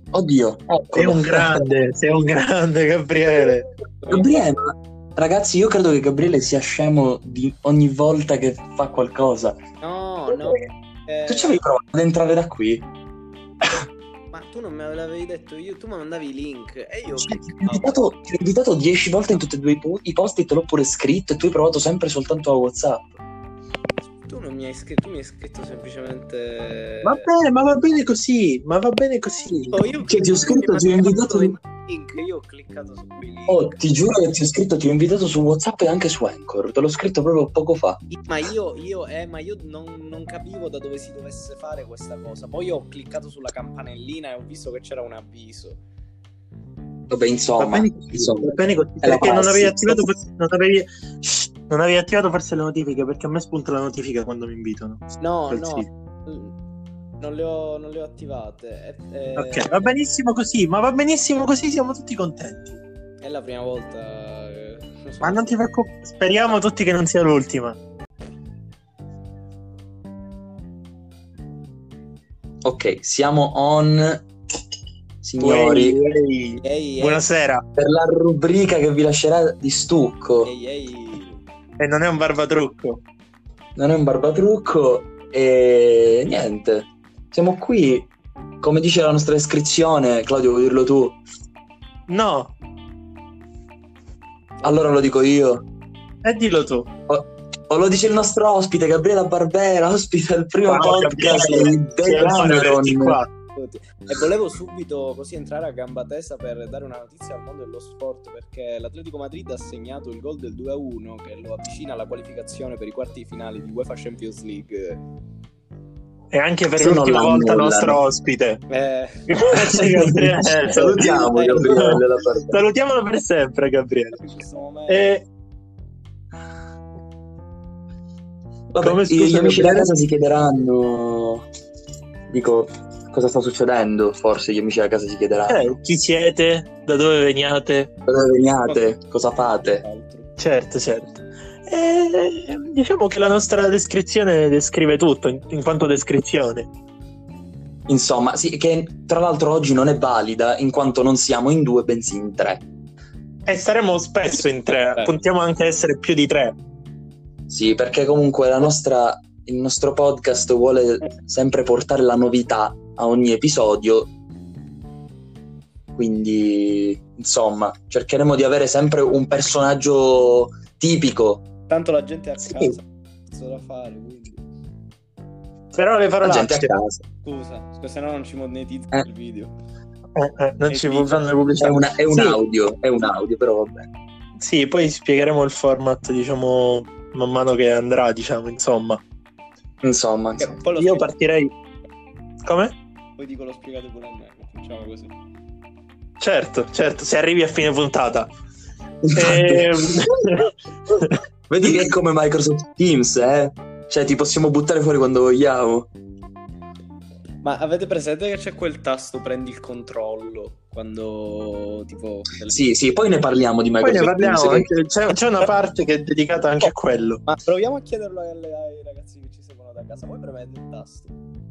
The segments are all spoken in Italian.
Oddio, Sei eccolo. un grande Gabriele. Gabriele, ragazzi, io credo che Gabriele sia scemo di ogni volta che fa qualcosa. No, Tu ci avevi provato ad entrare da qui? ma tu non me l'avevi detto io, tu mi mandavi i link e io Cioè, ti ho invitato 10 volte in tutti e due i posti e te l'ho pure scritto e tu hai provato sempre soltanto a WhatsApp. tu non mi hai scritto, tu mi hai scritto semplicemente Va bene, ma va bene così. Ma va bene così. io Cioè, ti ho scritto, ti ho invitato. i link, io ho cliccato su quei link. Oh, ti giuro che ti ho scritto, ti ho invitato su WhatsApp e anche su Anchor. Te l'ho scritto proprio poco fa. Ma io non capivo da dove si dovesse fare questa cosa. Poi ho cliccato sulla campanellina e ho visto che c'era un avviso. Vabbè, insomma. Va bene così, È la perché non avevi prassi. attivato non avevi attivato forse le notifiche, perché a me spunta la notifica quando mi invitano. No, Quel no, sito. non le ho attivate. Ok, va benissimo così, ma va benissimo così, siamo tutti contenti. È la prima volta. Ma non ti preoccupare, speriamo tutti che non sia l'ultima. Ok, siamo on, signori, Ehi, Buonasera. per la rubrica che vi lascerà di stucco. ehi. E non è un barbatrucco. Non è un barbatrucco e niente. Siamo qui, come dice la nostra descrizione. Claudio, vuoi dirlo tu? No, Allora lo dico io. e dillo tu. O lo dice il nostro ospite, Gabriela Barbera, ospite del primo podcast di Decameron. Qua. E volevo subito così entrare a gamba tesa per dare una notizia al mondo dello sport, perché l'Atletico Madrid ha segnato il gol del 2-1 che lo avvicina alla qualificazione per i quarti di finale di UEFA Champions League. E anche per Se non l'ultima volta l'annullano. nostro ospite. Grazie, Gabriele. Salutiamo Gabriele della Barbera. Salutiamolo per sempre, Gabriele. In questo momento E Vabbè, Come, scusa, gli amici da Gabriele? casa si chiederanno, dico, cosa sta succedendo? Forse gli amici da casa si chiederanno. chi siete? Da dove veniate? Da dove veniate? Cosa fate? altro. Certo. E diciamo che la nostra descrizione descrive tutto in quanto descrizione. Insomma, sì, che tra l'altro oggi non è valida in quanto non siamo in due, bensì in tre. E saremo spesso in tre, puntiamo anche a essere più di tre. Sì, perché comunque il nostro podcast vuole sempre portare la novità a ogni episodio. Quindi, insomma, cercheremo di avere sempre un personaggio tipico. Tanto la gente a Sì. casa cazzo da fare, quindi. Però le La gente a parolacce casa. Scusa, se no non ci monetizza il video. non ci fanno le pubblicità. È un Sì. audio, però va bene. Sì, poi spiegheremo il format, diciamo, man mano che andrà, diciamo, insomma. Insomma. Poi lo Io partirei. Come? Poi dico, lo spiegate pure a me, facciamo così. Certo, se arrivi a fine puntata. Vedi che è come Microsoft Teams, eh? Cioè, ti possiamo buttare fuori quando vogliamo. Ma avete presente che c'è quel tasto prendi il controllo quando tipo Sì, poi ne parliamo di Poi Microsoft ne parliamo, Teams. anche, c'è una parte che è dedicata anche a quello. Ma proviamo a chiederlo ai ragazzi che ci seguono da casa. Voi premete il tasto.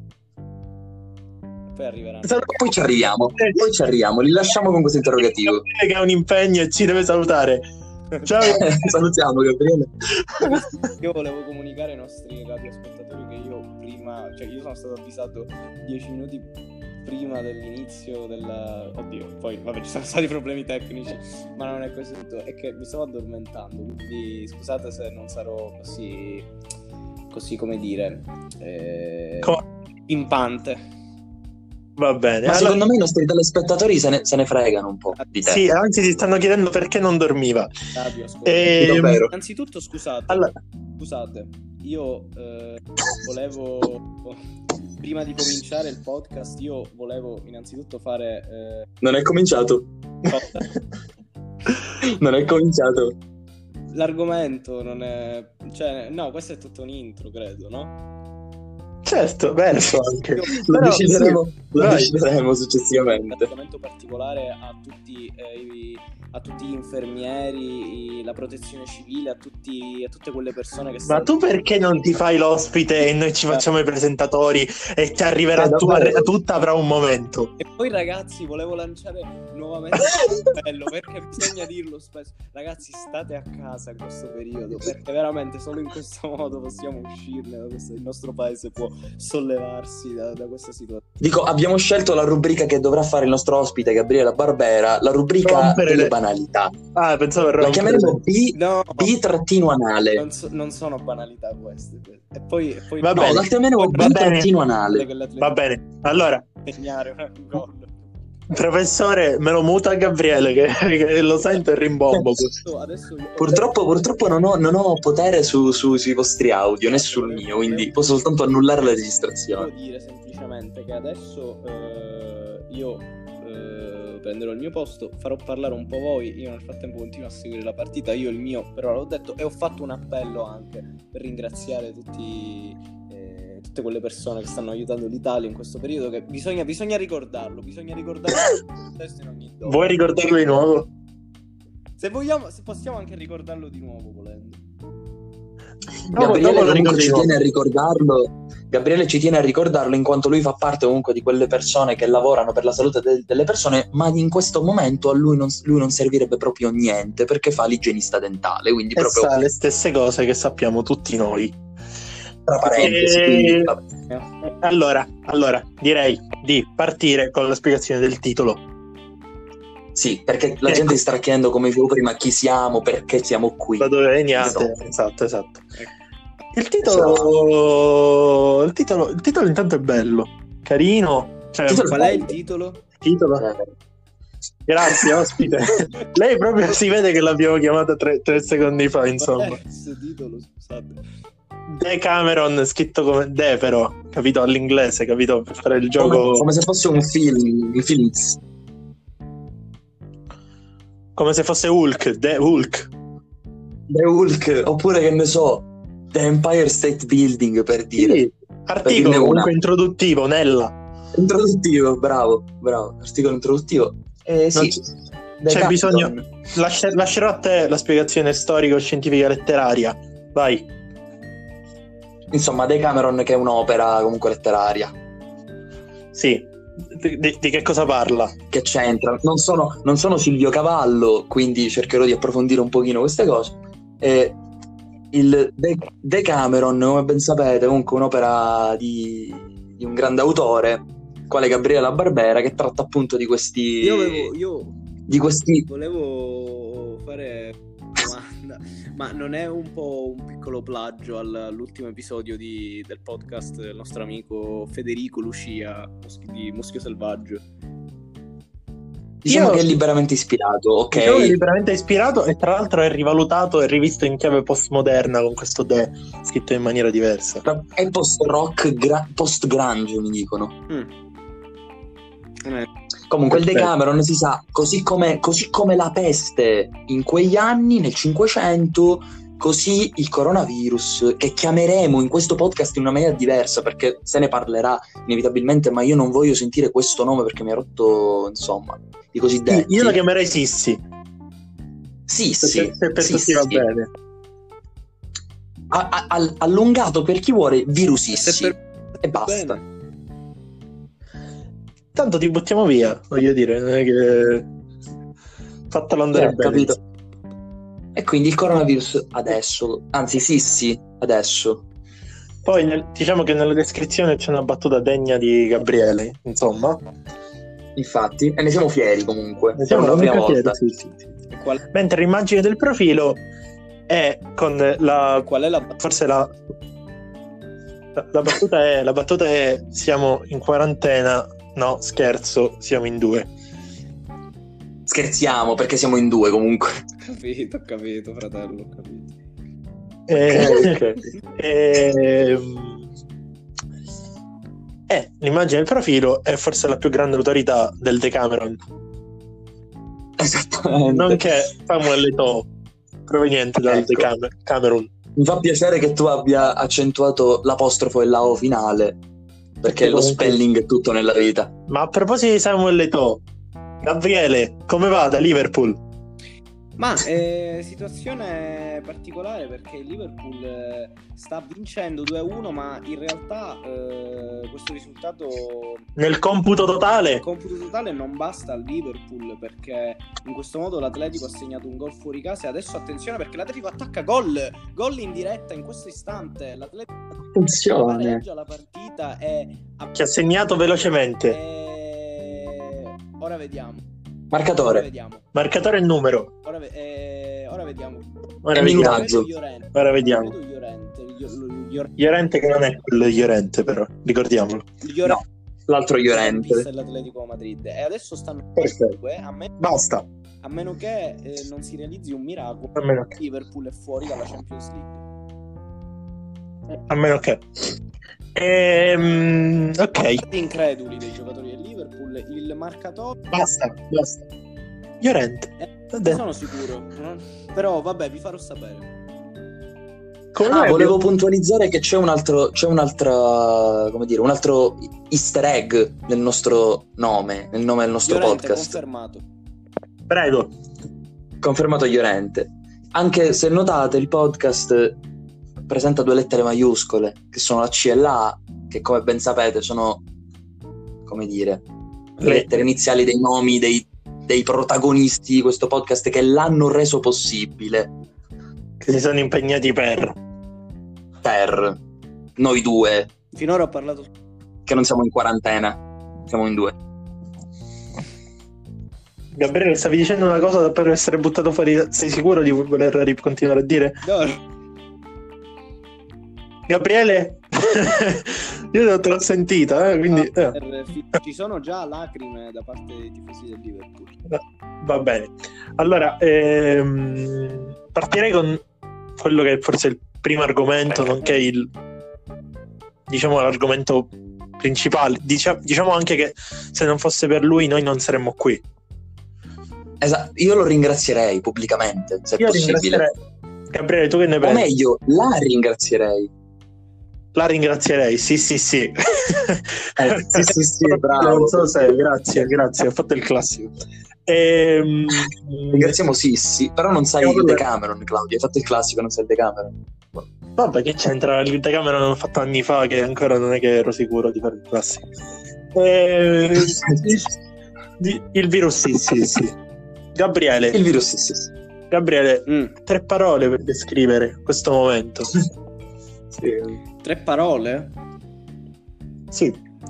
Poi arriveranno. Poi ci arriviamo, li lasciamo con questo interrogativo. Che ha un impegno e ci deve salutare. Ciao. Salutiamo Gabriele. Io volevo comunicare ai nostri radioascoltatori che io sono stato avvisato 10 minuti prima dell'inizio della... Oddio, poi vabbè, ci sono stati problemi tecnici, ma non è questo tutto, è che mi stavo addormentando, quindi scusate se non sarò così come dire pimpante. Va bene. Ma secondo me i nostri telespettatori se ne fregano un po' di te. Sì, anzi si stanno chiedendo perché non dormiva. Davvero. Innanzitutto scusate, io volevo prima di cominciare il podcast io volevo innanzitutto fare Non è cominciato. Non è cominciato. L'argomento non è... Cioè, no, questo è tutto un intro, credo, no? certo, verso anche. Lo Però, decideremo, sì, lo vai. decideremo Un successivamente. ringraziamento particolare a tutti gli infermieri, la protezione civile, a tutte quelle persone che Ma stanno... tu perché non ti fai l'ospite e noi ci facciamo i presentatori e ti arriverà davvero? tutta avrà un momento? E poi ragazzi, volevo lanciare nuovamente un appello, perché bisogna dirlo spesso. Ragazzi, state a casa in questo periodo, perché veramente solo in questo modo possiamo uscirne da questo, il nostro paese può sollevarsi da questa situazione. Dico, abbiamo scelto la rubrica che dovrà fare il nostro ospite Gabriele Barbera, la rubrica Rompere delle le- banalità. Ah, pensavo La chiameremo No, B-anale. non sono banalità queste. E poi Va No, bene. la chiameremo Va bene. B-anale. Va bene, allora, Segnare un gol. professore, me lo muta Gabriele che lo sento e rimbombo. Adesso Purtroppo non ho potere sui vostri audio, né sul mio, quindi posso soltanto annullare la registrazione. Devo dire semplicemente che adesso io prenderò il mio posto, farò parlare un po' voi, io nel frattempo continuo a seguire la partita, io il mio però l'ho detto, e ho fatto un appello anche per ringraziare tutte quelle persone che stanno aiutando l'Italia in questo periodo, che bisogna ricordarlo adesso in ogni dove. Vuoi ricordarlo di nuovo? Se vogliamo, se possiamo anche ricordarlo di nuovo volendo. Gabriele dopo lo comunque ricordi ci di nuovo. tiene a ricordarlo. Gabriele ci tiene a ricordarlo in quanto lui fa parte comunque di quelle persone che lavorano per la salute delle persone, ma in questo momento a lui non servirebbe proprio niente perché fa l'igienista dentale, quindi E proprio sa le stesse cose che sappiamo tutti noi. tra parentesi. Quindi, vabbè. Allora, direi di partire con la spiegazione del titolo. Sì, perché la gente si sta chiedendo, come dicevo prima, chi siamo, perché siamo qui. Da dove veniate? Esatto. Esatto. Il titolo intanto è bello, carino. Cioè, Qual è il titolo? titolo? Grazie ospite. Lei proprio si vede che l'abbiamo chiamata 3 secondi fa, insomma. Qual è questo titolo, scusate? Decameron scritto come De, però, capito, all'inglese, capito, per fare il gioco Come se fosse un film. come se fosse Hulk, The Hulk. The Hulk, oppure che ne so, The Empire State Building, per dire. Sì, articolo comunque introduttivo, Nella. Introduttivo, bravo, articolo introduttivo. Non Sì, c'è bisogno. Lascerò a te la spiegazione storico-scientifica letteraria. Vai. Insomma, Decameron, che è un'opera comunque letteraria. Sì. Di che cosa parla? Che c'entra? Non sono Silvio Cavallo, quindi cercherò di approfondire un pochino queste cose. Il Decameron, come ben sapete, comunque un'opera di un grande autore, quale Gabriele Barbera, che tratta appunto di questi... Volevo fare una domanda, ma non è un po' un piccolo plagio all'ultimo episodio del podcast del nostro amico Federico Lucia di Muschio Selvaggio? Diciamo che è liberamente ispirato, ok? Diciamo che è liberamente ispirato e tra l'altro è rivalutato e rivisto in chiave postmoderna con questo De scritto in maniera diversa. È post-rock, post-grunge, mi dicono. Comunque il Decameron, si sa, così come la peste in quegli anni, nel 500, così il coronavirus, che chiameremo in questo podcast in una maniera diversa perché se ne parlerà inevitabilmente, ma io non voglio sentire questo nome perché mi ha rotto, insomma, i cosiddetti. Io lo chiamerei Sissi. Sissi. Se per tutti va bene. Allungato per chi vuole, virusissi. E basta. Bene. Tanto ti buttiamo via, voglio dire, non è che fatelo andare bene. Capito. E quindi il coronavirus adesso, anzi Sissi adesso. Poi diciamo che nella descrizione c'è una battuta degna di Gabriele, insomma. Infatti, e ne siamo fieri comunque. Ne siamo la prima fieri, volta. sì. Mentre l'immagine del profilo è con la... Qual è la... Forse la battuta è siamo in quarantena. No, scherzo, siamo in 2. Scherziamo perché siamo in 2 comunque. Ho capito, fratello, ho capito. L'immagine del profilo è forse la più grande autorità del Decameron. Esattamente. Nonché Samuel Eto'o, proveniente dal Decameron. Mi fa piacere che tu abbia accentuato l'apostrofo e la O finale, perché lo spelling è tutto nella vita. Ma a proposito di Samuel Eto'o, Gabriele, come va da Liverpool? Ma situazione particolare, perché il Liverpool sta vincendo 2-1, ma in realtà questo risultato Nel computo totale non basta al Liverpool, perché in questo modo l'Atletico ha segnato un gol fuori casa e adesso attenzione perché l'Atletico attacca gol in diretta in questo istante. L'Atletico pareggia la partita che ha segnato velocemente. Ora vediamo. Marcatore E numero. Ora vediamo. Minutaggio. Ora vediamo. Llorente che non è quello Llorente, però ricordiamolo. No, l'altro Llorente. L'Atletico Madrid. E adesso stanno Basta. A meno che non si realizzi un miracolo, Liverpool è fuori dalla Champions League. A meno che ok. Increduli dei giocatori del Liverpool, il marcatore Basta. Llorente. Sono sicuro, però vabbè, vi farò sapere. Volevo puntualizzare che c'è un altro come dire, un altro easter egg nel nostro nome, nel nome del nostro Llorente, podcast. Confermato. Prego. Confermato Llorente. Anche se notate, il podcast presenta 2 lettere maiuscole, che sono la C e la A, che come ben sapete sono, come dire, le lettere iniziali dei nomi dei protagonisti di questo podcast che l'hanno reso possibile. Che si sono impegnati per noi due. Finora ho parlato che non siamo in quarantena, siamo in 2. Gabriele, stavi dicendo una cosa per essere buttato fuori. Sei sicuro di voler continuare a dire? No. Gabriele? Io non te l'ho sentita, quindi ci sono già lacrime da parte dei tifosi del Liverpool. Va bene. Allora partirei con quello che è forse il primo argomento, nonché l'argomento principale. Diciamo anche che se non fosse per lui noi non saremmo qui. Esatto, io lo ringrazierei pubblicamente, se io possibile. Gabriele, tu che ne pensi? O meglio, la ringrazierei. La ringrazierei, sì. Sì, bravo. Non so se, grazie, ho fatto il classico. Ringraziamo Sissi, però non sai il Decameron, Claudio, hai fatto il classico, non sai il Decameron. Vabbè, che c'entra? Il Decameron l'ho fatto anni fa, che ancora non è che ero sicuro di fare il classico. Il virus, sì. Gabriele. Il virus, sì. Gabriele, 3 parole per descrivere questo momento. Sì. 3 parole? Sì.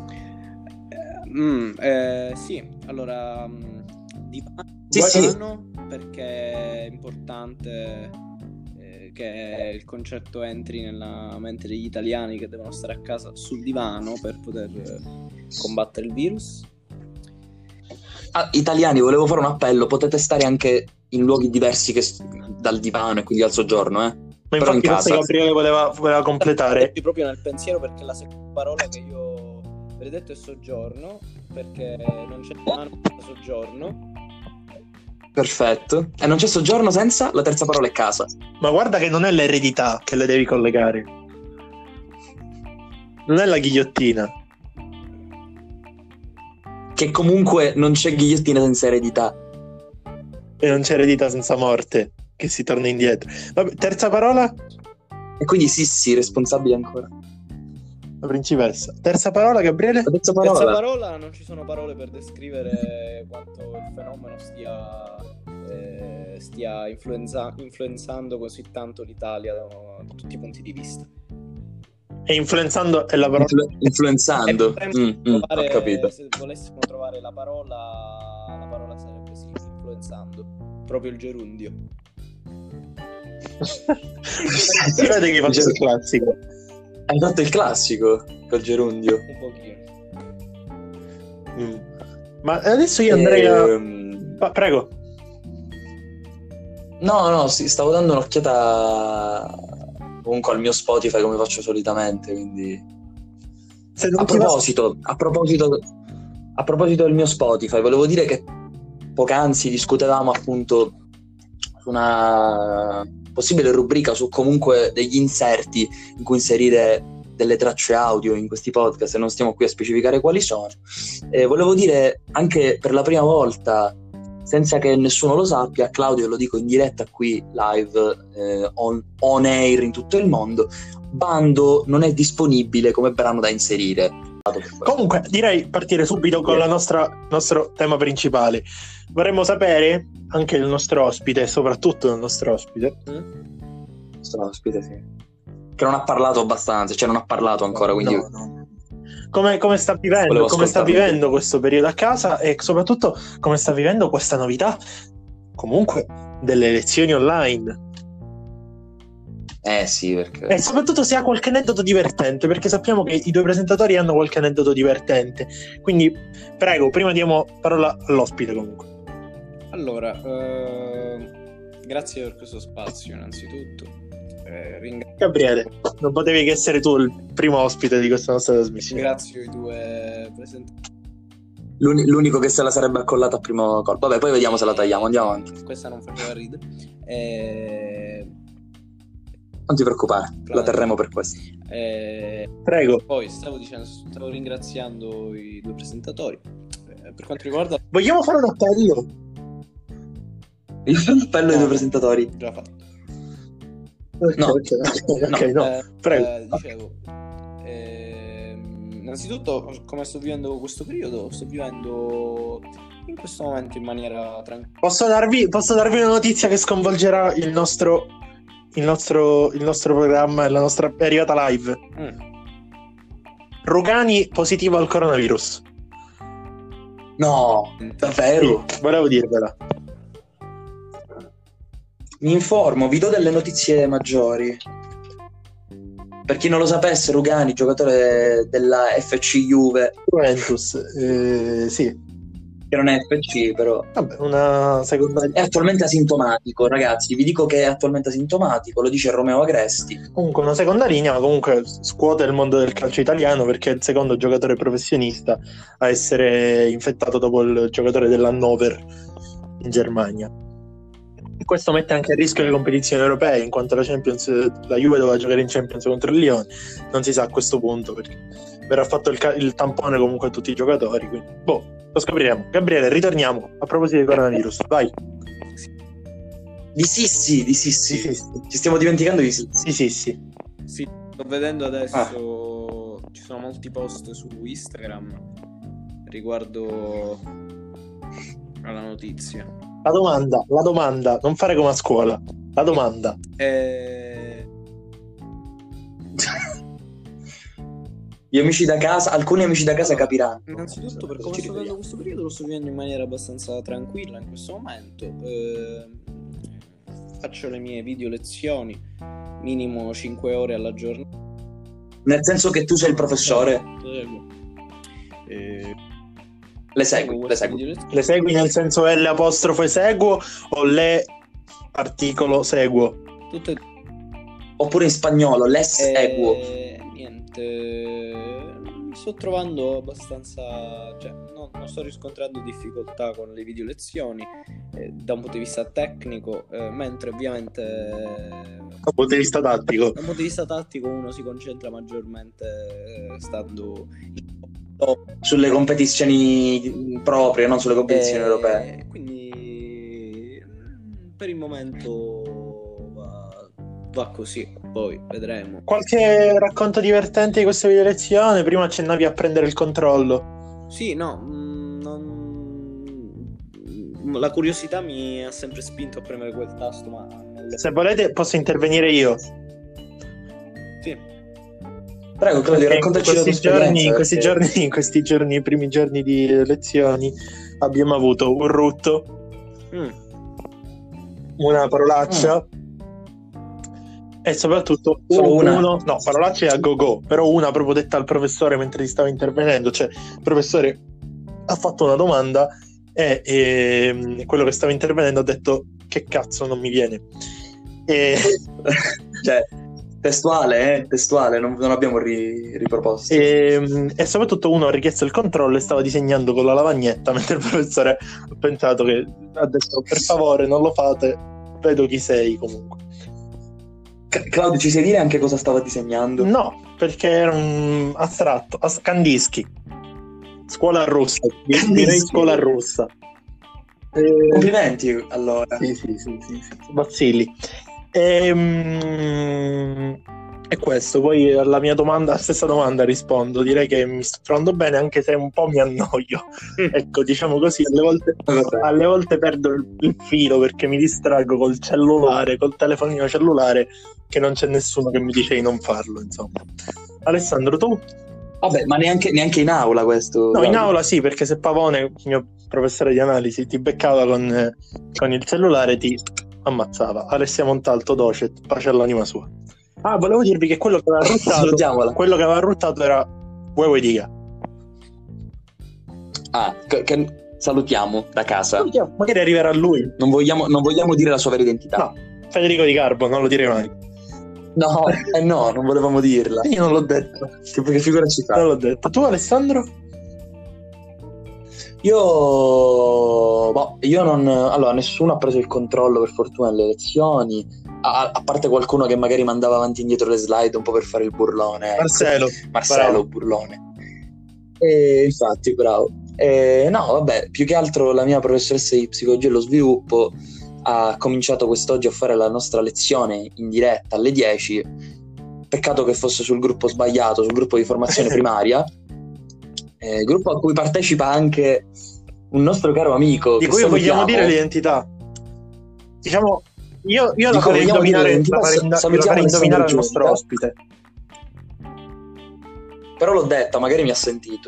Sì, allora divano, perché è importante che il concetto entri nella mente degli italiani che devono stare a casa sul divano per poter combattere il virus. Italiani, volevo fare un appello, potete stare anche in luoghi diversi dal divano e quindi al soggiorno, Ma però in infatti casa. Gabriele voleva completare proprio nel pensiero, perché la seconda parola che io avrei detto è soggiorno, perché non c'è divano senza soggiorno. Perfetto. E non c'è soggiorno senza? La terza parola è casa. Ma guarda che non è l'eredità che le devi collegare, non è la ghigliottina, Che comunque non c'è ghigliottina senza eredità. e non c'è eredità senza morte, che si torna indietro. Vabbè, terza parola? E quindi sì, responsabile ancora. La principessa. Terza parola, Gabriele? La terza Terza parola. parola, non ci sono parole per descrivere quanto il fenomeno stia influenzando così tanto l'Italia da tutti i punti di vista. E influenzando è la parola. Influenzando. Ho capito. Se volessimo trovare la parola sarebbe sì, influenzando. Proprio il gerundio. Si vede che faccio il classico. Hai fatto il classico col gerundio. Un pochino. Ma adesso io andrei a... Prego. No, sì, stavo dando un'occhiata comunque al mio Spotify come faccio solitamente, quindi a proposito del mio Spotify, volevo dire che poc'anzi discutevamo appunto su una possibile rubrica su comunque degli inserti in cui inserire delle tracce audio in questi podcast, e non stiamo qui a specificare quali sono. Volevo dire anche per la prima volta, senza che nessuno lo sappia, Claudio, lo dico in diretta qui live, on air in tutto il mondo, Bando non è disponibile come brano da inserire. Comunque direi partire subito con il nostro tema principale. Vorremmo sapere anche il nostro ospite, soprattutto il nostro ospite, sì, che non ha parlato abbastanza, cioè non ha parlato ancora, quindi no. Come sta vivendo questo periodo a casa, e soprattutto come sta vivendo questa novità comunque delle lezioni online. Sì, perché... E soprattutto se ha qualche aneddoto divertente, perché sappiamo che i due presentatori hanno qualche aneddoto divertente. Quindi prego, prima diamo parola all'ospite comunque. Allora, grazie per questo spazio innanzitutto. Gabriele, non potevi che essere tu il primo ospite di questa nostra trasmissione. Ringrazio i due presentatori. L'unico che se la sarebbe accollata a primo colpo. Vabbè, poi vediamo se la tagliamo, andiamo avanti. Questa non faceva ridere. Non ti preoccupare, la terremo per questo. Prego. Poi stavo ringraziando i due presentatori. Per quanto riguarda... Vogliamo fare un appello? Io fare un appello ai due presentatori. Già fatto. No. Prego. Dicevo, innanzitutto, come sto vivendo questo periodo? Sto vivendo in questo momento in maniera tranquilla. Posso darvi una notizia che sconvolgerà il nostro programma e la nostra arrivata live. Rugani positivo al coronavirus. No, davvero? Sì, volevo dirvela. Mi informo, vi do delle notizie maggiori. Per chi non lo sapesse, Rugani, giocatore della FC Juve Juventus, sì. Che non è FC, però. Vabbè, una seconda... È attualmente asintomatico, ragazzi. Vi dico che è attualmente asintomatico, lo dice Romeo Agresti. Comunque una seconda linea, ma comunque scuote il mondo del calcio italiano, perché è il secondo giocatore professionista a essere infettato dopo il giocatore dell'Hannover in Germania. E questo mette anche a rischio le competizioni europee, in quanto la Juve doveva giocare in Champions contro il Lione. Non si sa a questo punto, perché verrà fatto il tampone comunque a tutti i giocatori, quindi lo scopriremo. Gabriele, ritorniamo a proposito di coronavirus, vai. Di Sissi. Ci stiamo dimenticando di Sissi. Sì, sto vedendo adesso ci sono molti post su Instagram riguardo alla notizia. La domanda, non fare come a scuola. La domanda. Alcuni amici da casa capiranno. Innanzitutto, per come sto vivendo questo periodo, lo sto vivendo in maniera abbastanza tranquilla in questo momento. Faccio le mie video lezioni, minimo 5 ore alla giornata. Nel senso che tu sei il professore? Le segui. Le segui nel senso L apostrofo seguo o le articolo seguo? Tutte... Oppure in spagnolo, les seguo. Niente, mi sto trovando abbastanza, non sto riscontrando difficoltà con le video lezioni da un punto di vista tecnico, mentre ovviamente da un punto di vista tattico uno si concentra maggiormente stando sulle competizioni proprie, non sulle competizioni europee. Quindi per il momento va così, poi vedremo. Qualche racconto divertente di questa video lezione? Prima accennavi a prendere il controllo. Sì, la curiosità mi ha sempre spinto a premere quel tasto, ma se volete posso intervenire io. Sì. Prego, Claudio, raccontaci la tua esperienza. In questi giorni, i primi giorni di lezioni, abbiamo avuto un rutto, una parolaccia e soprattutto parolacce a go-go, però una proprio detta al professore mentre si stava intervenendo. Cioè il professore ha fatto una domanda e quello che stava intervenendo ha detto che cazzo non mi viene, cioè testuale, non abbiamo riproposto. E soprattutto uno ha richiesto il controllo e stava disegnando con la lavagnetta, mentre il professore ha pensato che ha detto per favore non lo fate, vedo chi sei comunque. Claudio, ci sai dire anche cosa stava disegnando? No, perché era un astratto, Kandinsky. Scuola russa, direi scuola russa. Complimenti, allora. Sì. Bazzilli. E questo, poi alla mia domanda, la stessa domanda rispondo, direi che mi sto trovando bene anche se un po' mi annoio. Ecco, diciamo così, alle volte perdo il filo perché mi distraggo col cellulare, col telefonino cellulare, che non c'è nessuno che mi dice di non farlo, insomma. Alessandro, tu? Vabbè, ma neanche in aula questo? No, in aula sì, perché se Pavone, il mio professore di analisi, ti beccava con il cellulare, ti ammazzava. Alessia Montalto, docet, pace all'anima sua. Ah, volevo dirvi che quello che aveva ruttato era Uwe Diga. Ah, che salutiamo da casa. Magari arriverà lui. Non vogliamo dire la sua vera identità. No, Federico Di Carbo, non lo direi mai. No, non volevamo dirla. Io non l'ho detto. Che figura ci fa? Non l'ho detto. Tu, Alessandro? Io non... Allora, nessuno ha preso il controllo per fortuna alle elezioni, a parte qualcuno che magari mandava avanti e indietro le slide un po' per fare il burlone. Marcello, burlone. Infatti, bravo. No, vabbè, più che altro la mia professoressa di psicologia e lo sviluppo ha cominciato quest'oggi a fare la nostra lezione in diretta alle 10. Peccato che fosse sul gruppo sbagliato, sul gruppo di formazione primaria, gruppo a cui partecipa anche un nostro caro amico di cui vogliamo dire l'identità. Diciamo, io la farei indovinare al nostro ospite. Però l'ho detta, magari mi ha sentito.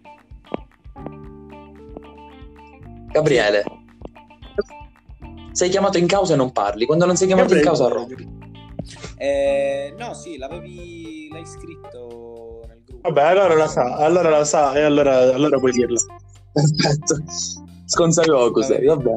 Gabriele, sei chiamato in causa e non parli. Quando non sei chiamato in causa rompi. No, sì, l'hai scritto nel gruppo. Vabbè, allora la sa e allora puoi dirlo. Perfetto. Sconsapevo cos'è, vabbè.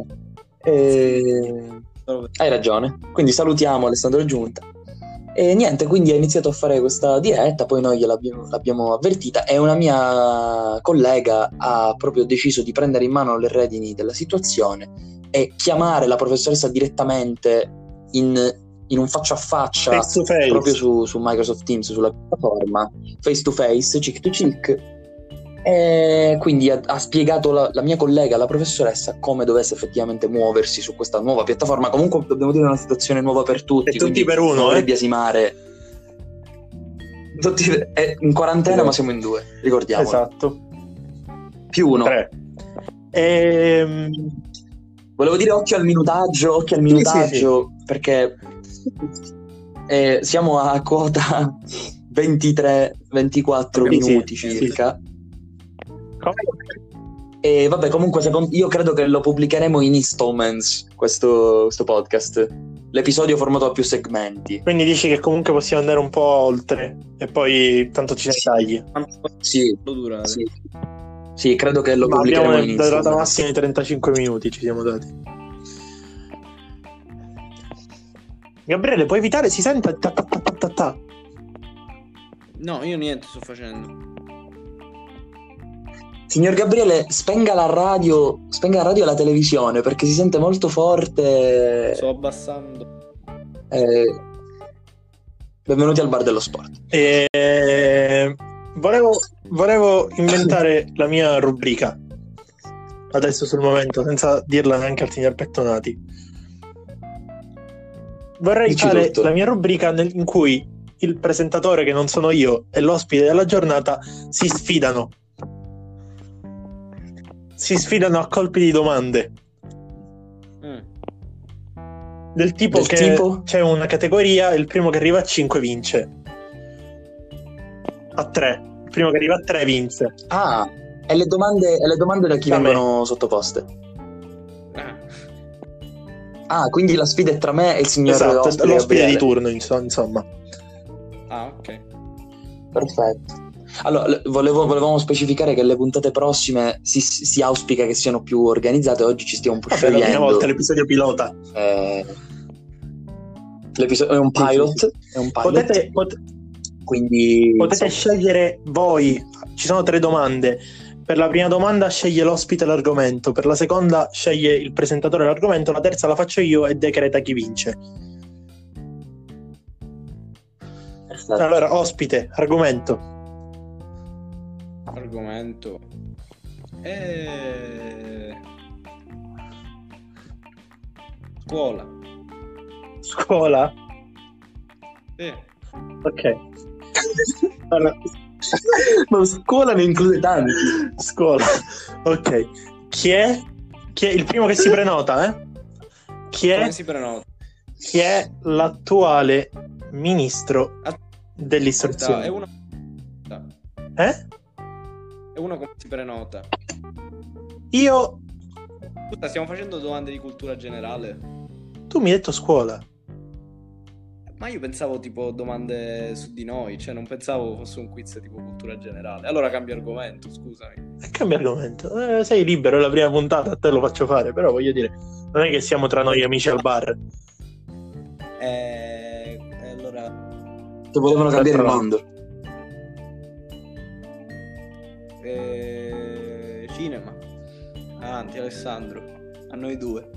Hai ragione. Quindi salutiamo Alessandro Giunta. E niente, quindi ha iniziato a fare questa diretta, poi noi l'abbiamo avvertita e una mia collega ha proprio deciso di prendere in mano le redini della situazione e chiamare la professoressa direttamente in un faccia a faccia, face to face, proprio su Microsoft Teams, sulla piattaforma, face to face, cheek to cheek. E quindi ha spiegato la mia collega, la professoressa, come dovesse effettivamente muoversi su questa nuova piattaforma. Comunque dobbiamo dire una situazione nuova per tutti, e tutti per uno, non vorrei biasimare. Tutti in quarantena, ma siamo in 2, ricordiamo. Esatto. Più 1. 3. Volevo dire occhio al minutaggio, sì. Perché siamo a quota 23-24 minuti circa. Sì. E vabbè, comunque io credo che lo pubblicheremo in installments questo podcast, l'episodio formato a più segmenti. Quindi dici che comunque possiamo andare un po' oltre e poi tanto ci tagli. Sì, credo che lo pubblicheremo in installments. Abbiamo durata massima di 35 minuti ci siamo dati. Gabriele, puoi evitare? Si sente? No, io niente sto facendo. Signor Gabriele, spenga la radio e la televisione perché si sente molto forte. Sto abbassando. Benvenuti al bar dello sport. Volevo inventare la mia rubrica adesso sul momento, senza dirla neanche al signor Pettonati. Vorrei fare la mia rubrica in cui il presentatore, che non sono io, e l'ospite della giornata si sfidano a colpi di domande. Del tipo c'è una categoria, il primo che arriva a 5 vince. A 3. Il primo che arriva a 3 vince. Ah, e le domande da chi vengono sottoposte? Ah, quindi la sfida è tra me e il signor l'ospite di turno, insomma. Ah, ok. Perfetto. Allora, volevamo specificare che le puntate prossime si auspica che siano più organizzate. Oggi ci stiamo un po' sciogliendo. La prima volta l'episodio pilota. L'episodio è un pilot. Sì. È un pilot. Quindi potete scegliere voi. Ci sono 3 domande. Per la prima domanda sceglie l'ospite l'argomento, per la seconda sceglie il presentatore l'argomento, la terza la faccio io e decreta chi vince. perfetto. Allora, ospite, argomento. Scuola. Scuola? Sì. Ok. Allora, Ma scuola ne include tanti. scuola. Ok. Chi è il primo che si prenota, Come si prenota? Chi è l'attuale ministro È dell'istruzione? uno Eh? è uno come si prenota. Io... Scusa, stiamo facendo domande di cultura generale. Tu mi hai detto scuola. Ma io pensavo tipo domande su di noi, cioè non pensavo fosse un quiz tipo cultura generale. Allora cambio argomento, scusami. Cambia argomento. Sei libero, è la prima puntata, a te lo faccio fare, però voglio dire, non è che siamo tra noi amici al bar. Allora Che volevano cambiare il mondo. cinema. Avanti Alessandro, a noi due.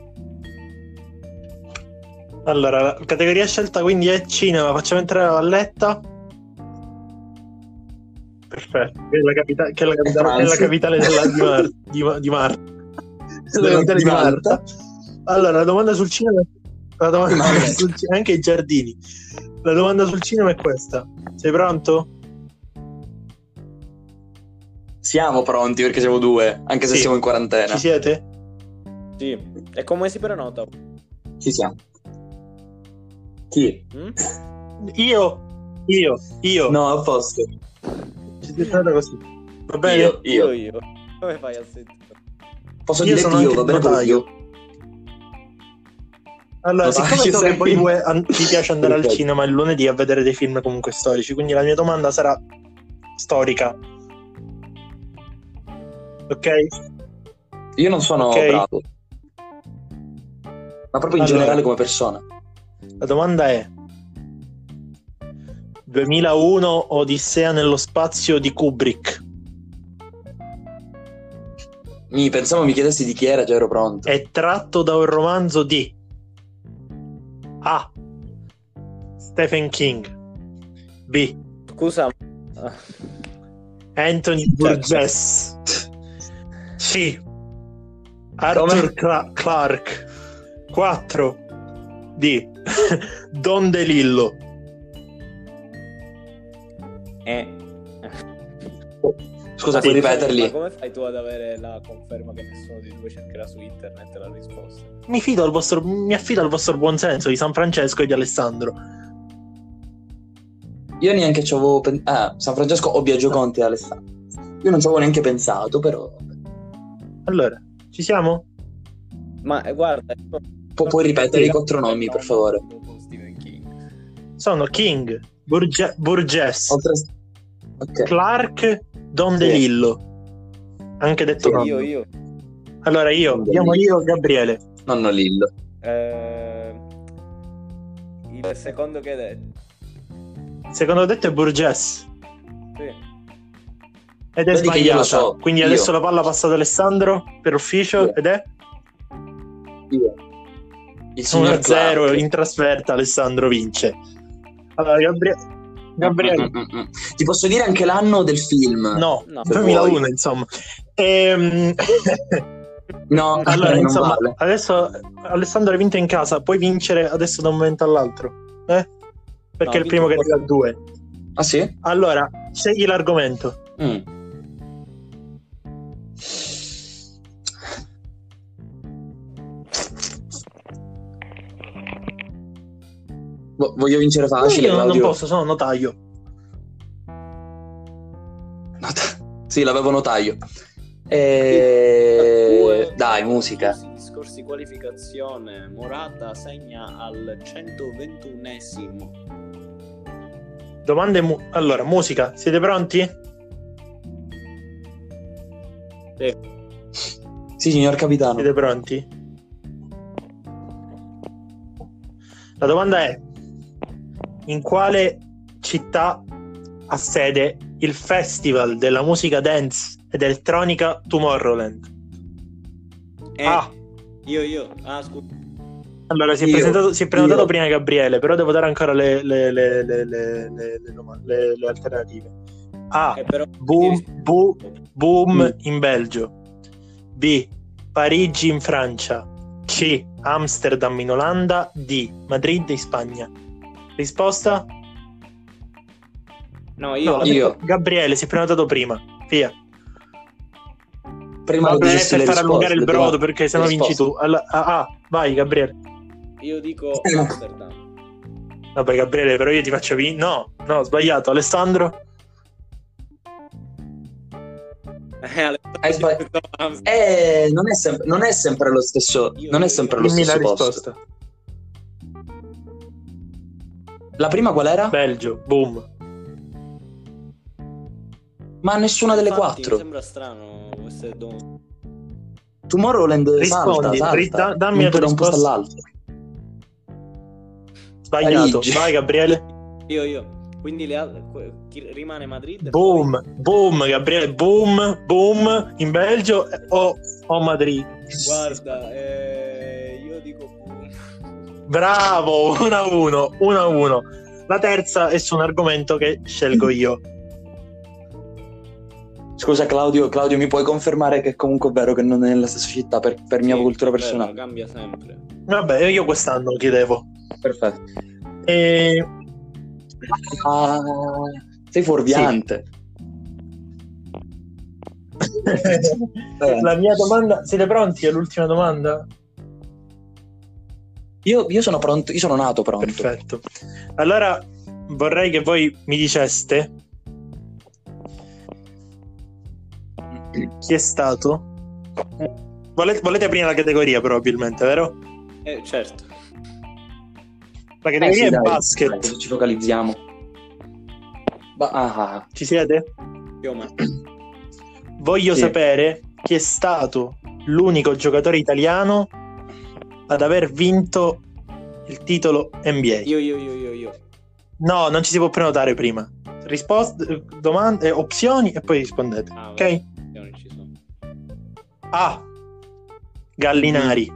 Allora, la categoria scelta quindi è cinema. Facciamo entrare la Valletta. Perfetto. Che è la capitale di Marta. La capitale di Marta. Allora, la domanda sul cinema. Anche i giardini. La domanda sul cinema è questa. Sei pronto? Siamo pronti perché siamo due, anche se Sì. siamo in quarantena. Ci siete? Sì. E come si prenota? Ci siamo. Chi? Io. No, a posto. Ci siete stata così. Va bene? Io. Come fai a sentire? Posso Io dire sono io, anche va bene pure notaio. io. Allora, Notaio siccome so che sei. voi due vi piace andare al Perfetto. cinema il lunedì a vedere dei film comunque storici, quindi la mia domanda sarà storica. Ok? Io non sono Ok. bravo. Ma proprio in Allora. generale come persona. La domanda è 2001 Odissea nello spazio di Kubrick Pensavo mi chiedessi di chi era, già ero pronto. è tratto da un romanzo di A. Stephen King, B. Scusa. Anthony Burgess, C. Arthur Clarke, 4. D. Don DeLillo. Scusa, Sì. puoi Ma ripeterli? come fai tu ad avere la conferma che nessuno di due cercherà su internet la risposta? Mi affido al vostro buonsenso di San Francesco e di Alessandro. Io neanche ci avevo pensato. San Francesco o Biagio Conti e Alessandro. Io non ci avevo neanche pensato, però. Allora, ci siamo? Ma guarda, Puoi ripetere i 4 nomi, per favore. Stephen King. Sono King, Burgess, Ok. Clark, Don Sì. DeLillo. Anche detto nonno. Io. Allora Don andiamo DeLillo. io, Gabriele. Nonno Lillo. Il secondo che hai detto. Secondo detto è Burgess. Sì. Ed è Vedi che io lo sbagliata. so, Quindi io. adesso la palla passa ad Alessandro per ufficio Io. ed è Io. Il signor 1-0 Clark. in trasferta. Alessandro vince. Allora, Gabriele. Ti posso dire anche l'anno del film? No, No. 2001 vuoi. insomma. No, Allora, non insomma, vale. adesso Alessandro hai vinto in casa, puoi vincere adesso da un momento all'altro, perché No, è il primo che vinto arriva a 2. Ah sì? Allora, scegli l'argomento. Voglio vincere facile, Io non Claudio. posso, sono notaio. Sì, l'avevo notaio. Dai, musica. Discorsi qualificazione. Morata segna al 121esimo. Domande allora, musica, siete pronti? Sì, signor capitano. Siete pronti? La domanda è: in quale città ha sede il Festival della musica dance ed elettronica Tomorrowland? A. Io. Ah, scusa. Allora, si è prenotato prima Gabriele, però devo dare ancora le alternative. A. Però Boom in Belgio. B. Parigi in Francia. C. Amsterdam in Olanda. D. Madrid in Spagna. Risposta? No, io. Gabriele si è prenotato prima. Via. Prima per far allungare il brodo, perché sennò vinci tu. Vai Gabriele. Io dico Amsterdam. Vabbè Gabriele, però io ti faccio no, sbagliato. Alessandro? Non è sempre lo stesso. Non è sempre lo stesso posto. La prima qual era? Belgio, boom. Ma nessuna delle quattro. Mi sembra strano queste domande. Tomorrowland salta. Dammi la tua risposta all'altro. Sbagliato. Parigi. Vai Gabriele. Io. Quindi chi rimane Madrid? Boom, Gabriele, boom in Belgio o Madrid? Guarda, io dico boom. Bravo, 1-1. La terza è su un argomento che scelgo io. Scusa Claudio, mi puoi confermare che è comunque vero che non è nella stessa città per mia cultura personale? Cambia sempre. Vabbè, io quest'anno lo chiedevo. Perfetto. Sei fuorviante. Sì. La mia domanda, siete pronti all'ultima domanda? Io sono pronto, io sono nato pronto. Perfetto. Allora vorrei che voi mi diceste chi è stato. Volete prima la categoria probabilmente, vero? Certo. La categoria è dai, basket. Dai, ci focalizziamo. Ci siete? Voglio sapere chi è stato l'unico giocatore italiano ad aver vinto il titolo NBA. Io. No, non ci si può prenotare prima. Risposte, domande, opzioni e poi rispondete. Ok? Ci sono. A. Gallinari.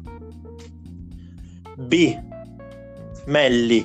B. Melli.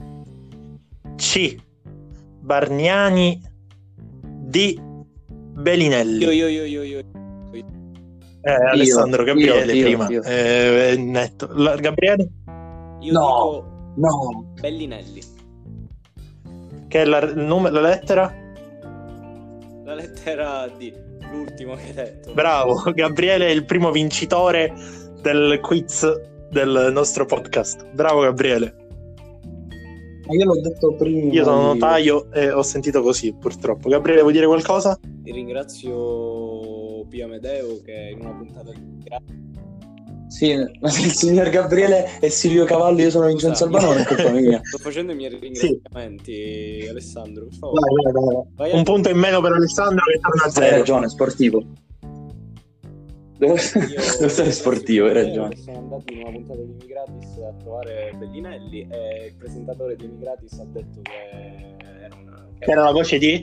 C. Bargnani. D. Belinelli. Io. Alessandro, Gabriele io, prima. io. Netto. Gabriele? Io dico No. Bellinelli. Che è la lettera? La lettera D, l'ultimo che hai detto. Bravo, Gabriele è il primo vincitore del quiz del nostro podcast. Bravo Gabriele. Ma io l'ho detto prima. Io sono notaio e ho sentito così, purtroppo. Gabriele, vuoi dire qualcosa? Ti ringrazio Pio Amedeo che in una puntata di Sì, ma se il signor Gabriele e Silvio Cavallo io sono Vincenzo Albano, non è colpa mia. Sto facendo i miei ringraziamenti, Alessandro, per favore. Vai. Un punto in meno per Alessandro che torna a 0. Hai ragione, sportivo. Devo essere sportivo, hai ragione. Siamo andati in una puntata di Emigratis a trovare Bellinelli e il presentatore di Emigratis ha detto che era la voce di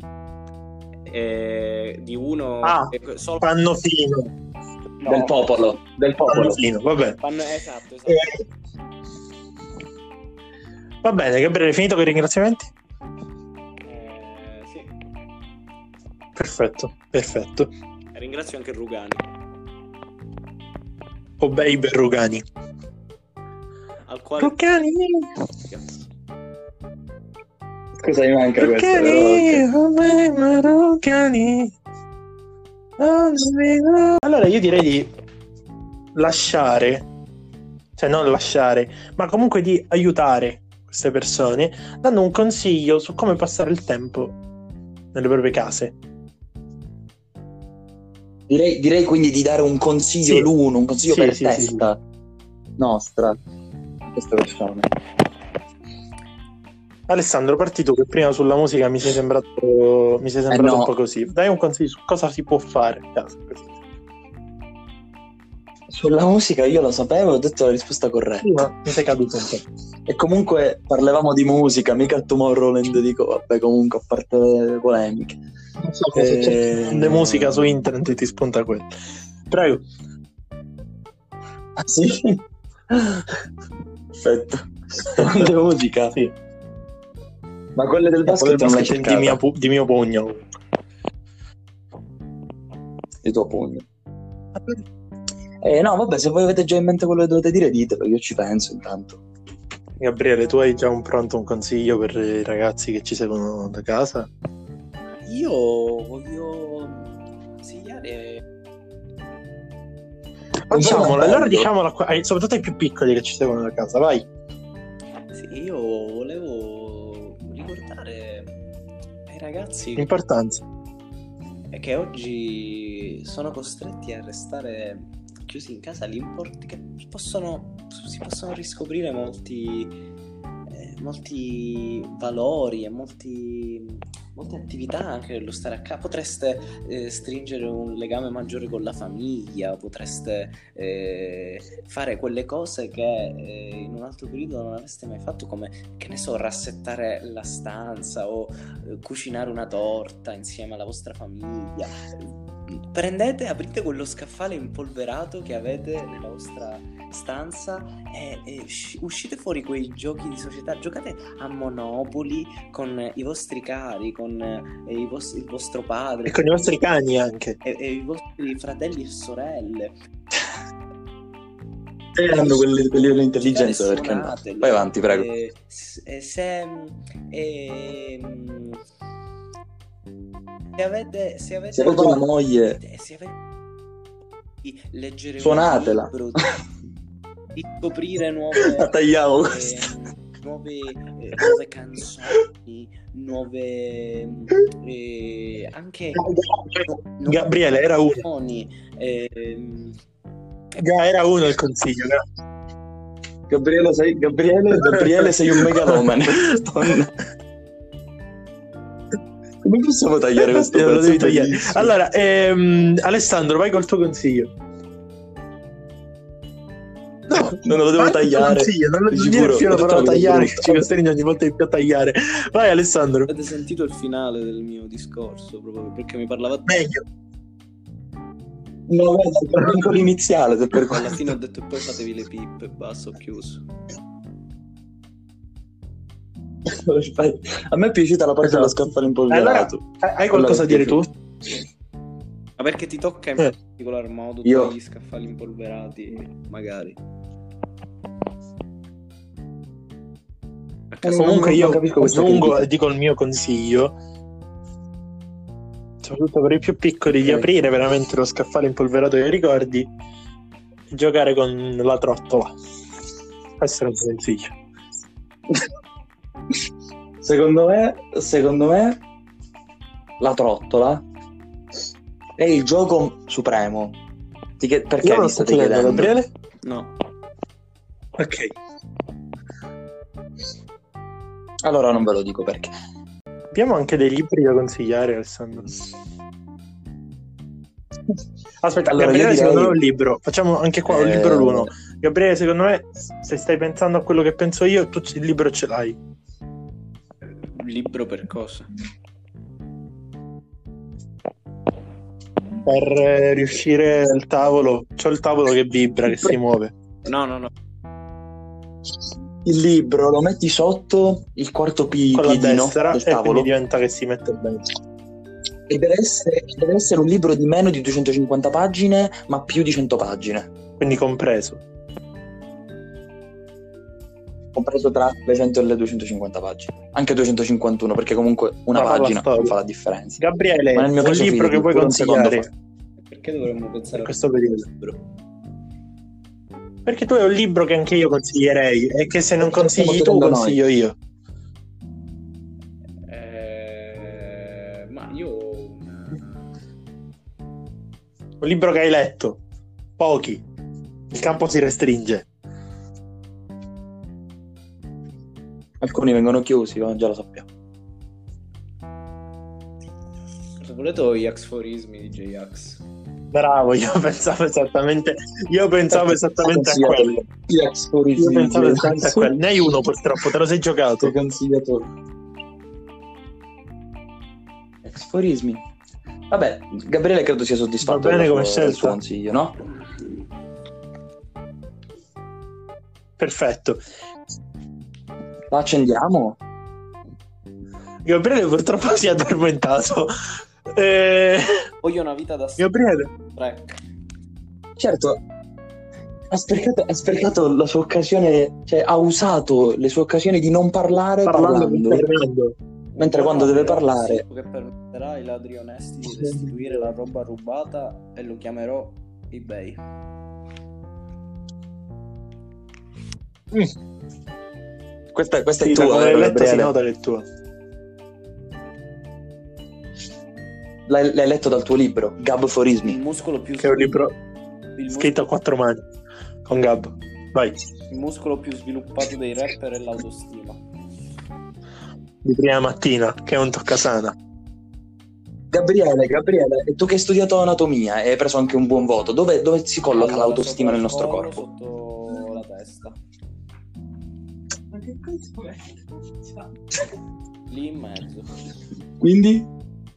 uno solo Pannofino. No. Del popolo. Pannofino, vabbè. Esatto. Va bene, Gabriele, finito con i ringraziamenti? Sì. Perfetto. Ringrazio anche Rugani. Oh baby Rugani. Al quale Rugani. Scusa, mi manca Rugani. Allora io direi di lasciare, cioè non lasciare, ma comunque di aiutare queste persone dando un consiglio su come passare il tempo nelle proprie case. Direi quindi di dare un consiglio l'uno, un consiglio per testa nostra a queste persone. Alessandro, parti tu, che prima sulla musica mi sei sembrato un po' così. Dai un consiglio su cosa si può fare a casa. Sulla musica io lo sapevo, ho detto la risposta corretta. Sì, ma mi sei caduto un po'. E comunque parlavamo di musica, mica Tomorrowland, dico, vabbè, comunque a parte le polemiche. Non so cosa c'è di musica su internet e ti spunta quello. Prego. Sì. Perfetto. Grande musica. Sì. Ma quelle del basket non l'hai cercata? Di mio pugno. Di tuo pugno. No, vabbè, se voi avete già in mente quello che dovete dire, ditelo, io ci penso intanto. Gabriele, tu hai già un consiglio per i ragazzi che ci seguono da casa? Io voglio consigliare... Facciamolo, allora diciamolo soprattutto ai più piccoli che ci seguono da casa, vai. Sì, io volevo ricordare ai ragazzi L'importanza che oggi sono costretti a restare chiusi in casa, che si possono riscoprire molti valori e molte attività anche nello stare a casa. Potreste stringere un legame maggiore con la famiglia, potreste fare quelle cose che in un altro periodo non avreste mai fatto, come, che ne so, rassettare la stanza o cucinare una torta insieme alla vostra famiglia. Aprite quello scaffale impolverato che avete nella vostra stanza e uscite fuori quei giochi di società, giocate a Monopoli con i vostri cari, con il vostro padre e con i vostri cani anche e i vostri fratelli e sorelle. Hanno quelli dell'intelligenza, perché no? Vai avanti, prego. Se avete una moglie, se avete leggere suonatela, un libro, di scoprire nuove canzoni, nuove anche Gabriele era uno era uno il consiglio. Gabriele sei un megalomane. Come possiamo tagliare questo lo devi tagliare. bellissimo? Allora, Alessandro, vai col tuo consiglio. No, non lo devo tagliare. Non lo dire più la parola tagliare, che ci costringe ogni volta di più a tagliare. Vai Alessandro. Avete sentito il finale del mio discorso, proprio perché mi parlava meglio. No, guarda, ancora iniziale, se per alla fine ho detto e poi fatevi le pippe, basta, ho chiuso. A me è piaciuta la parte dello scaffale impolverato. Allora, hai qualcosa da dire tu? Ma perché ti tocca in particolar modo gli scaffali impolverati, magari? Comunque io dico il mio consiglio, soprattutto per i più piccoli, di aprire veramente lo scaffale impolverato dei ricordi e giocare con la trottola. Questo è un consiglio. Secondo me la trottola è il gioco supremo. Perché vi state chiedendo? Gabriele? No. Ok. Allora non ve lo dico perché. Abbiamo anche dei libri da consigliare, Alessandro. Aspetta, allora, Gabriele, secondo me è un libro. Facciamo anche qua un libro l'uno. Gabriele, secondo me, se stai pensando a quello che penso io, tu il libro ce l'hai. Libro per cosa? Per riuscire al tavolo. C'ho il tavolo che vibra, che si muove. No. Il libro lo metti sotto il quarto piedino del tavolo, e diventa che si mette bene. E deve essere un libro di meno di 250 pagine, ma più di 100 pagine. Quindi compreso tra le 100 e le 250 pagine. Anche 251, perché comunque una pagina fa la differenza. Gabriele, ma nel mio caso libro che vuoi consigliare? Perché dovremmo pensare a questo periodo? Perché tu è un libro che anche io consiglierei, e che se non consigli tu consiglio io. Ma io un libro che hai letto, pochi, il campo si restringe. Alcuni vengono chiusi, già lo sappiamo. Cosa volete gli aforismi di J-Ax? Bravo, io pensavo esattamente a quello. Io pensavo esattamente a quello. Ne hai uno purtroppo, te lo sei giocato. Consigliatore. Aforismi. Vabbè, Gabriele credo sia soddisfatto del suo consiglio, no? Perfetto. La accendiamo? Gabriele purtroppo si è addormentato. Voglio una vita da Gabriele. Certo, ha sprecato la sua occasione, cioè ha usato le sue occasioni di non parlare parlando. Mentre quando deve parlare... Che permetterà ai ladri onesti di restituire la roba rubata e lo chiamerò eBay. Questa è Sì, tua, l'hai letta, si Gabriele. nota che è tua. L'hai letto dal tuo libro, Gab Il Forismi. muscolo più Che è un libro il scritto a 4 mani con Gab. Vai. Il muscolo più sviluppato dei rapper è l'autostima. Di prima mattina, che è un toccasana. Gabriele, e tu che hai studiato anatomia e hai preso anche un buon voto, dove si colloca Allora, l'autostima nel sopra nostro il collo, corpo? sotto la testa. Ma che cazzo è? Lì in mezzo. Quindi?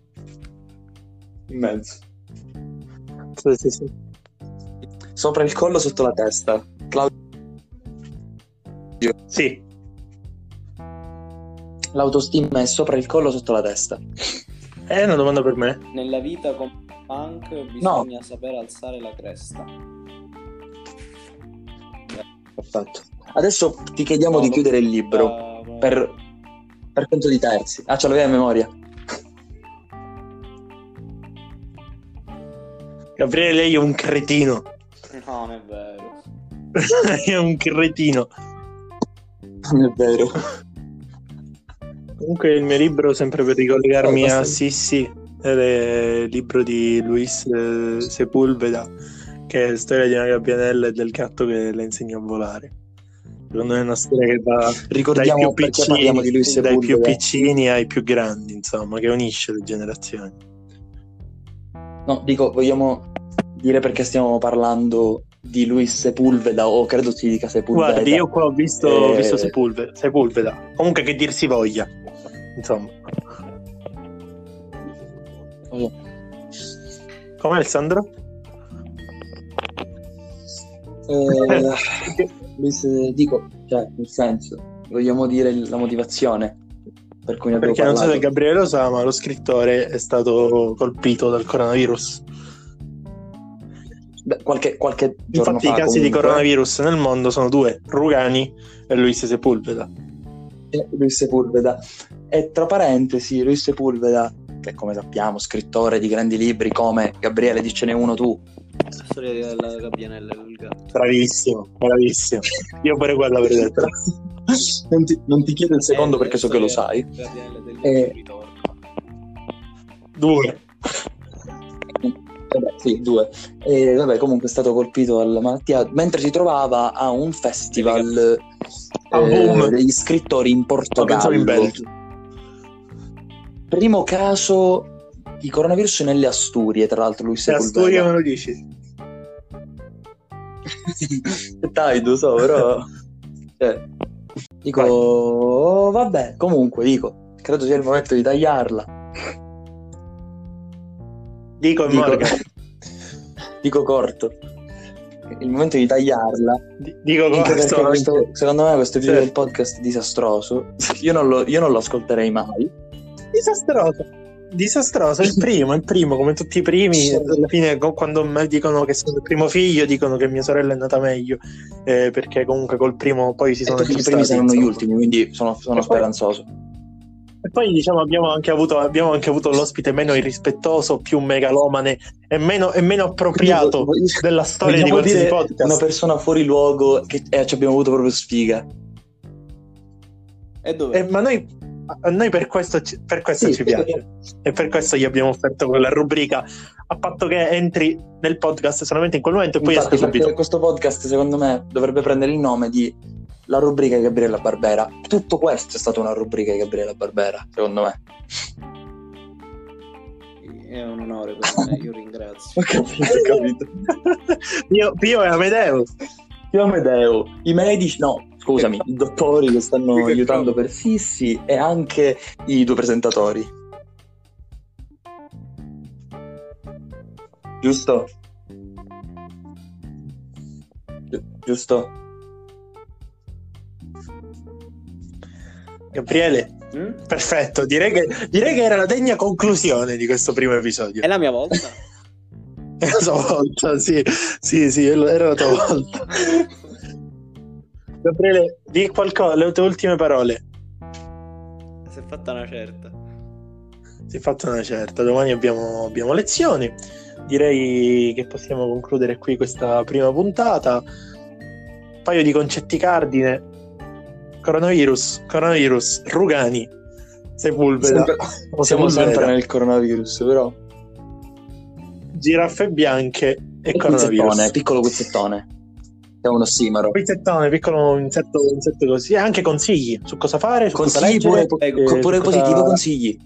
In mezzo. Sì. Sopra il collo, sotto la testa. Sì. L'autostima è sopra il collo, sotto la testa. È una domanda per me. Nella vita come punk bisogna sapere alzare la cresta. Perfetto. Adesso ti chiediamo di chiudere il libro per conto di terzi. Ah, ce l'avevi a memoria? Gabriele, lei è un cretino. No, non è vero. È un cretino. Non è vero. Comunque il mio libro, sempre per ricollegarmi Basta. a Sissi, è il libro di Luis Sepulveda, che è storia di una gabbianella e del gatto che le insegna a volare. Secondo me è una storia che va Ricordiamo dai più perché parliamo di Luis dai più Sepulveda. piccini ai più grandi, insomma, che unisce le generazioni. No, dico, vogliamo dire perché stiamo parlando di Luis Sepulveda, o credo si dica Sepulveda. Guardi, io qua ho visto Sepulveda. Comunque che dir si voglia, insomma. Com'è Alessandro? Luis, dico, cioè, nel senso, vogliamo dire la motivazione per cui ne abbiamo Perché non so parlato. se Gabriele lo sa, ma lo scrittore è stato colpito dal coronavirus. Beh, qualche giorno Infatti fa, i casi comunque, di coronavirus nel mondo sono 2, Rugani e Luis Sepulveda. Luis Sepulveda. E tra parentesi, Luis Sepulveda, che come sappiamo, scrittore di grandi libri come Gabriele, dicene uno tu. La storia della gabbianella e del gatto. Bravissimo. Io pure quello avrei detto. Non ti chiedo il secondo perché so che lo sai. Gabbianella del Eh. ritorno. 2. Vabbè, sì, 2. E vabbè, comunque è stato colpito dalla malattia mentre si trovava a un festival boom. degli scrittori in Pensavo in Portogallo. Belgio. Primo caso di coronavirus nelle Asturie, tra l'altro Luis Se Sepulveda. Asturia me lo dici? Dai, lo so, però dico, vabbè, comunque dico, credo sia il momento di tagliarla. Dico Morgan. Dico corto. Il momento di tagliarla. Dico Anche perché corto. secondo me questo episodio Certo. del podcast è disastroso. Io non lo ascolterei mai. Disastroso, il primo, come tutti i primi. Alla fine, quando mi dicono che sono il primo figlio, dicono che mia sorella è nata meglio, perché comunque col primo poi si E sono tutti i primi aggiustati, saranno gli insomma. ultimi, quindi sono poi- speranzoso. E poi diciamo abbiamo anche avuto l'ospite meno irrispettoso, più megalomane e meno appropriato della storia di Vogliamo qualsiasi dire podcast. una persona fuori luogo che ci abbiamo avuto proprio sfiga. E dove? Ma a noi per questo ci Sì, piace, e per questo gli abbiamo offerto quella rubrica, a patto che entri nel podcast solamente in quel momento e poi Infatti, esca perché subito. questo podcast secondo me dovrebbe prendere il nome di La rubrica di Gabriella Barbera. Tutto questo è stata una rubrica di Gabriella Barbera, secondo me. È un onore per me, io ringrazio. Ho capito. Pio e Amedeo. Io Amedeo, i medici, no, scusami, i dottori che stanno Che aiutando proprio. per Sissi e anche i 2 presentatori. Giusto? Giusto? Gabriele, perfetto, direi che era la degna conclusione di questo primo episodio. È la mia volta. È la tua volta, sì, era la tua volta. Gabriele, di qualcosa, le tue ultime parole. Si è fatta una certa. Si è fatta una certa, domani abbiamo lezioni. Direi che possiamo concludere qui questa prima puntata. Un paio di concetti cardine. Coronavirus, Rugani, Sepulveda. Siamo sempre nel coronavirus, però. Giraffe bianche e coronavirus. Piccolo quizzettone. È un ossimoro. Pizzettone, piccolo insetto così. E anche consigli su cosa fare, su cosa Consigli leggere. pure positivo, consigli.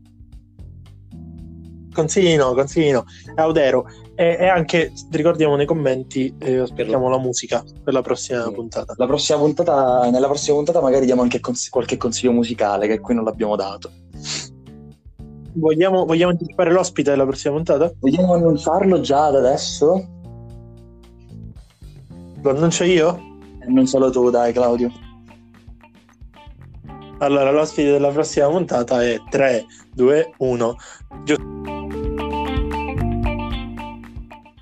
Consigli no. Audero. E anche ricordiamo nei commenti, aspettiamo la musica per la prossima puntata. Nella prossima puntata magari diamo anche qualche consiglio musicale che qui non l'abbiamo dato. Vogliamo anticipare l'ospite della prossima puntata? Vogliamo annunciarlo già da adesso? Lo annuncio io? Non solo tu, dai Claudio. Allora, l'ospite della prossima puntata è 3, 2, 1. Giusto.